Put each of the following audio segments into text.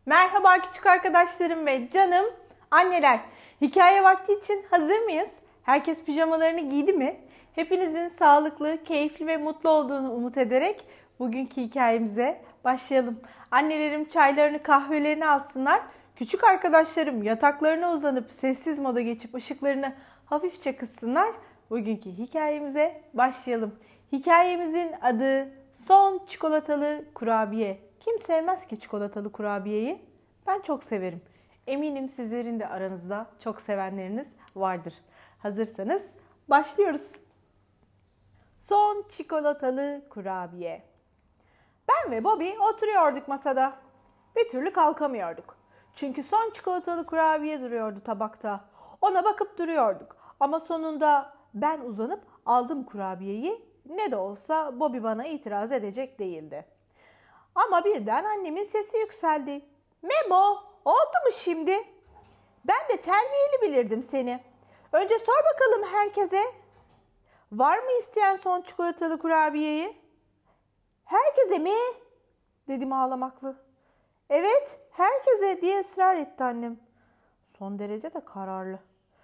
Merhaba küçük arkadaşlarım ve canım anneler. Hikaye vakti için hazır mıyız? Herkes pijamalarını giydi mi? Hepinizin sağlıklı, keyifli ve mutlu olduğunu umut ederek bugünkü hikayemize başlayalım. Annelerim çaylarını, kahvelerini alsınlar. Küçük arkadaşlarım yataklarına uzanıp sessiz moda geçip ışıklarını hafifçe kıssınlar. Bugünkü hikayemize başlayalım. Hikayemizin adı Son Çikolatalı Kurabiye. Kim sevmez ki çikolatalı kurabiyeyi? Ben çok severim. Eminim sizlerin de aranızda çok sevenleriniz vardır. Hazırsanız başlıyoruz. Son çikolatalı kurabiye. Ben ve Bobby oturuyorduk masada. Bir türlü kalkamıyorduk. Çünkü son çikolatalı kurabiye duruyordu tabakta. Ona bakıp duruyorduk. Ama sonunda ben uzanıp aldım kurabiyeyi. Ne de olsa Bobby bana itiraz edecek değildi. Ama birden annemin sesi yükseldi. Memo, oldu mu şimdi? Ben de terbiyeli bilirdim seni. Önce sor bakalım herkese. Var mı isteyen son çikolatalı kurabiyeyi? Herkese mi? Dedim ağlamaklı. Evet, herkese diye ısrar etti annem. Son derece de kararlı.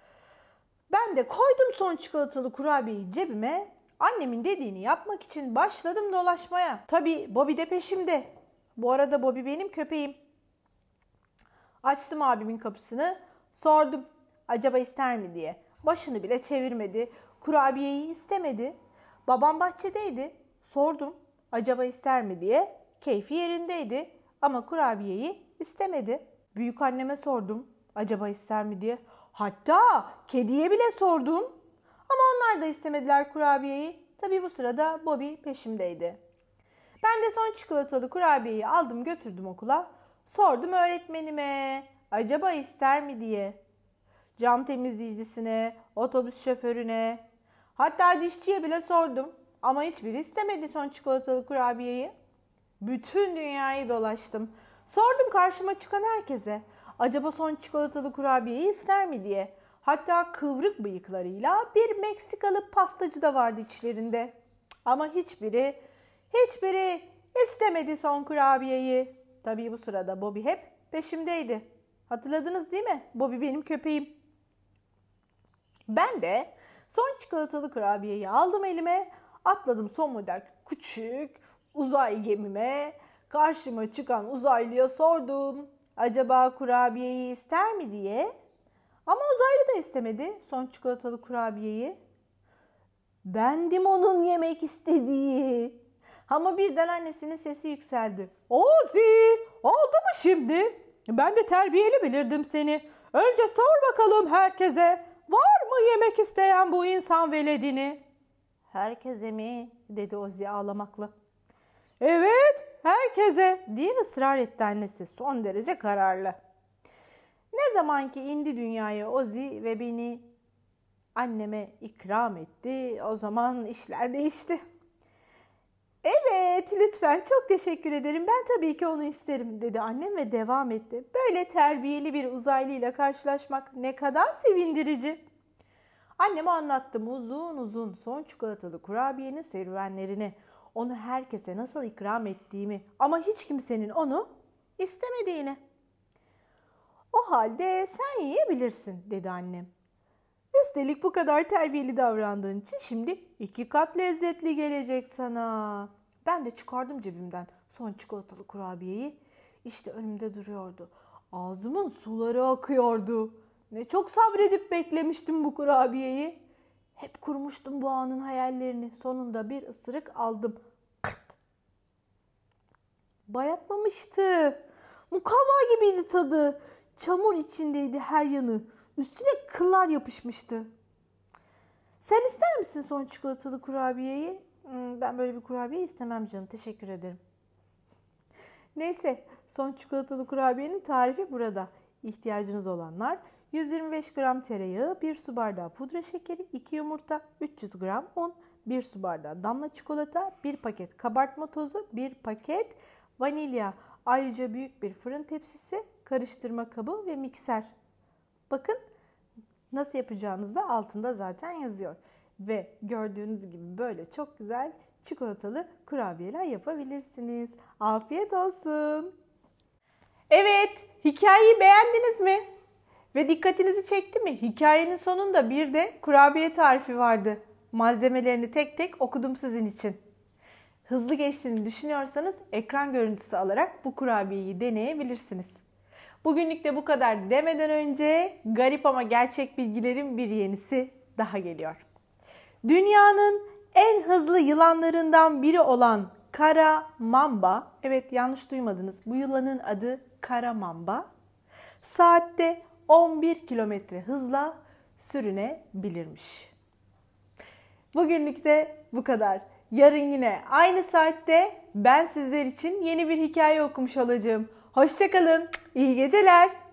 Ben de koydum son çikolatalı kurabiyeyi cebime. Annemin dediğini yapmak için başladım dolaşmaya. Tabii Bobby de peşimde. Bu arada Bobby benim köpeğim. Açtım abimin kapısını. Sordum. Acaba ister mi diye. Başını bile çevirmedi. Kurabiyeyi istemedi. Babam bahçedeydi. Sordum. Acaba ister mi diye. Keyfi yerindeydi. Ama kurabiyeyi istemedi. Büyük anneme sordum. Acaba ister mi diye. Hatta kediye bile sordum. Ama onlar da istemediler kurabiyeyi. Tabii bu sırada Bobby peşimdeydi. Ben de son çikolatalı kurabiyeyi aldım götürdüm okula. Sordum öğretmenime acaba ister mi diye. Cam temizleyicisine, otobüs şoförüne, hatta dişçiye bile sordum. Ama hiçbiri istemedi son çikolatalı kurabiyeyi. Bütün dünyayı dolaştım. Sordum karşıma çıkan herkese. Acaba son çikolatalı kurabiyeyi ister mi diye. Hatta kıvrık bıyıklarıyla bir Meksikalı pastacı da vardı içlerinde. Ama hiçbiri istemedi son kurabiyeyi. Tabii bu sırada Bobby hep peşimdeydi. Hatırladınız değil mi? Bobby benim köpeğim. Ben de son çikolatalı kurabiyeyi aldım elime. Atladım son model küçük uzay gemime. Karşıma çıkan uzaylıya sordum. Acaba kurabiyeyi ister mi diye. Ama uzaylı da istemedi son çikolatalı kurabiyeyi. Bendim onun yemek istediği. Ama birden annesinin sesi yükseldi. Ozi, oldu mu şimdi? Ben de terbiyeli bilirdim seni. Önce sor bakalım herkese. Var mı yemek isteyen bu insan veledini? Herkese mi? Dedi Ozi ağlamakla. Evet, herkese diye ısrar etti annesi son derece kararlı. Ne zaman ki indi dünyaya Ozi ve beni anneme ikram etti, o zaman işler değişti. Evet, lütfen çok teşekkür ederim. Ben tabii ki onu isterim dedi annem ve devam etti. Böyle terbiyeli bir uzaylıyla karşılaşmak ne kadar sevindirici. Anneme anlattım uzun uzun son çikolatalı kurabiyenin serüvenlerini. Onu herkese nasıl ikram ettiğimi ama hiç kimsenin onu istemediğini. O halde sen yiyebilirsin dedi annem. Üstelik bu kadar terbiyeli davrandığın için şimdi 2 kat lezzetli gelecek sana. Ben de çıkardım cebimden son çikolatalı kurabiyeyi. İşte önümde duruyordu. Ağzımın suları akıyordu. Ne çok sabredip beklemiştim bu kurabiyeyi. Hep kurmuştum bu anın hayallerini. Sonunda bir ısırık aldım. Kırt. Bayatlamıştı. Mukavva gibiydi tadı. Çamur içindeydi her yanı. Üstüne kıllar yapışmıştı. Sen ister misin son çikolatalı kurabiyeyi? Ben böyle bir kurabiye istemem canım. Teşekkür ederim. Neyse, son çikolatalı kurabiyenin tarifi burada. İhtiyacınız olanlar 125 gram tereyağı, 1 su bardağı pudra şekeri, 2 yumurta, 300 gram un, 1 su bardağı damla çikolata, 1 paket kabartma tozu, 1 paket vanilya. Ayrıca büyük bir fırın tepsisi, karıştırma kabı ve mikser. Bakın nasıl yapacağınız da altında zaten yazıyor. Ve gördüğünüz gibi böyle çok güzel çikolatalı kurabiyeler yapabilirsiniz. Afiyet olsun. Evet, hikayeyi beğendiniz mi? Ve dikkatinizi çekti mi? Hikayenin sonunda bir de kurabiye tarifi vardı. Malzemelerini tek tek okudum sizin için. Hızlı geçtiğini düşünüyorsanız ekran görüntüsü alarak bu kurabiyeyi deneyebilirsiniz. Bugünlük de bu kadar demeden önce garip ama gerçek bilgilerin bir yenisi daha geliyor. Dünyanın en hızlı yılanlarından biri olan kara mamba, evet yanlış duymadınız, bu yılanın adı kara mamba, saatte 11 kilometre hızla sürünebilirmiş. Bugünlük de bu kadar. Yarın yine aynı saatte ben sizler için yeni bir hikaye okumuş olacağım. Hoşça kalın, iyi geceler.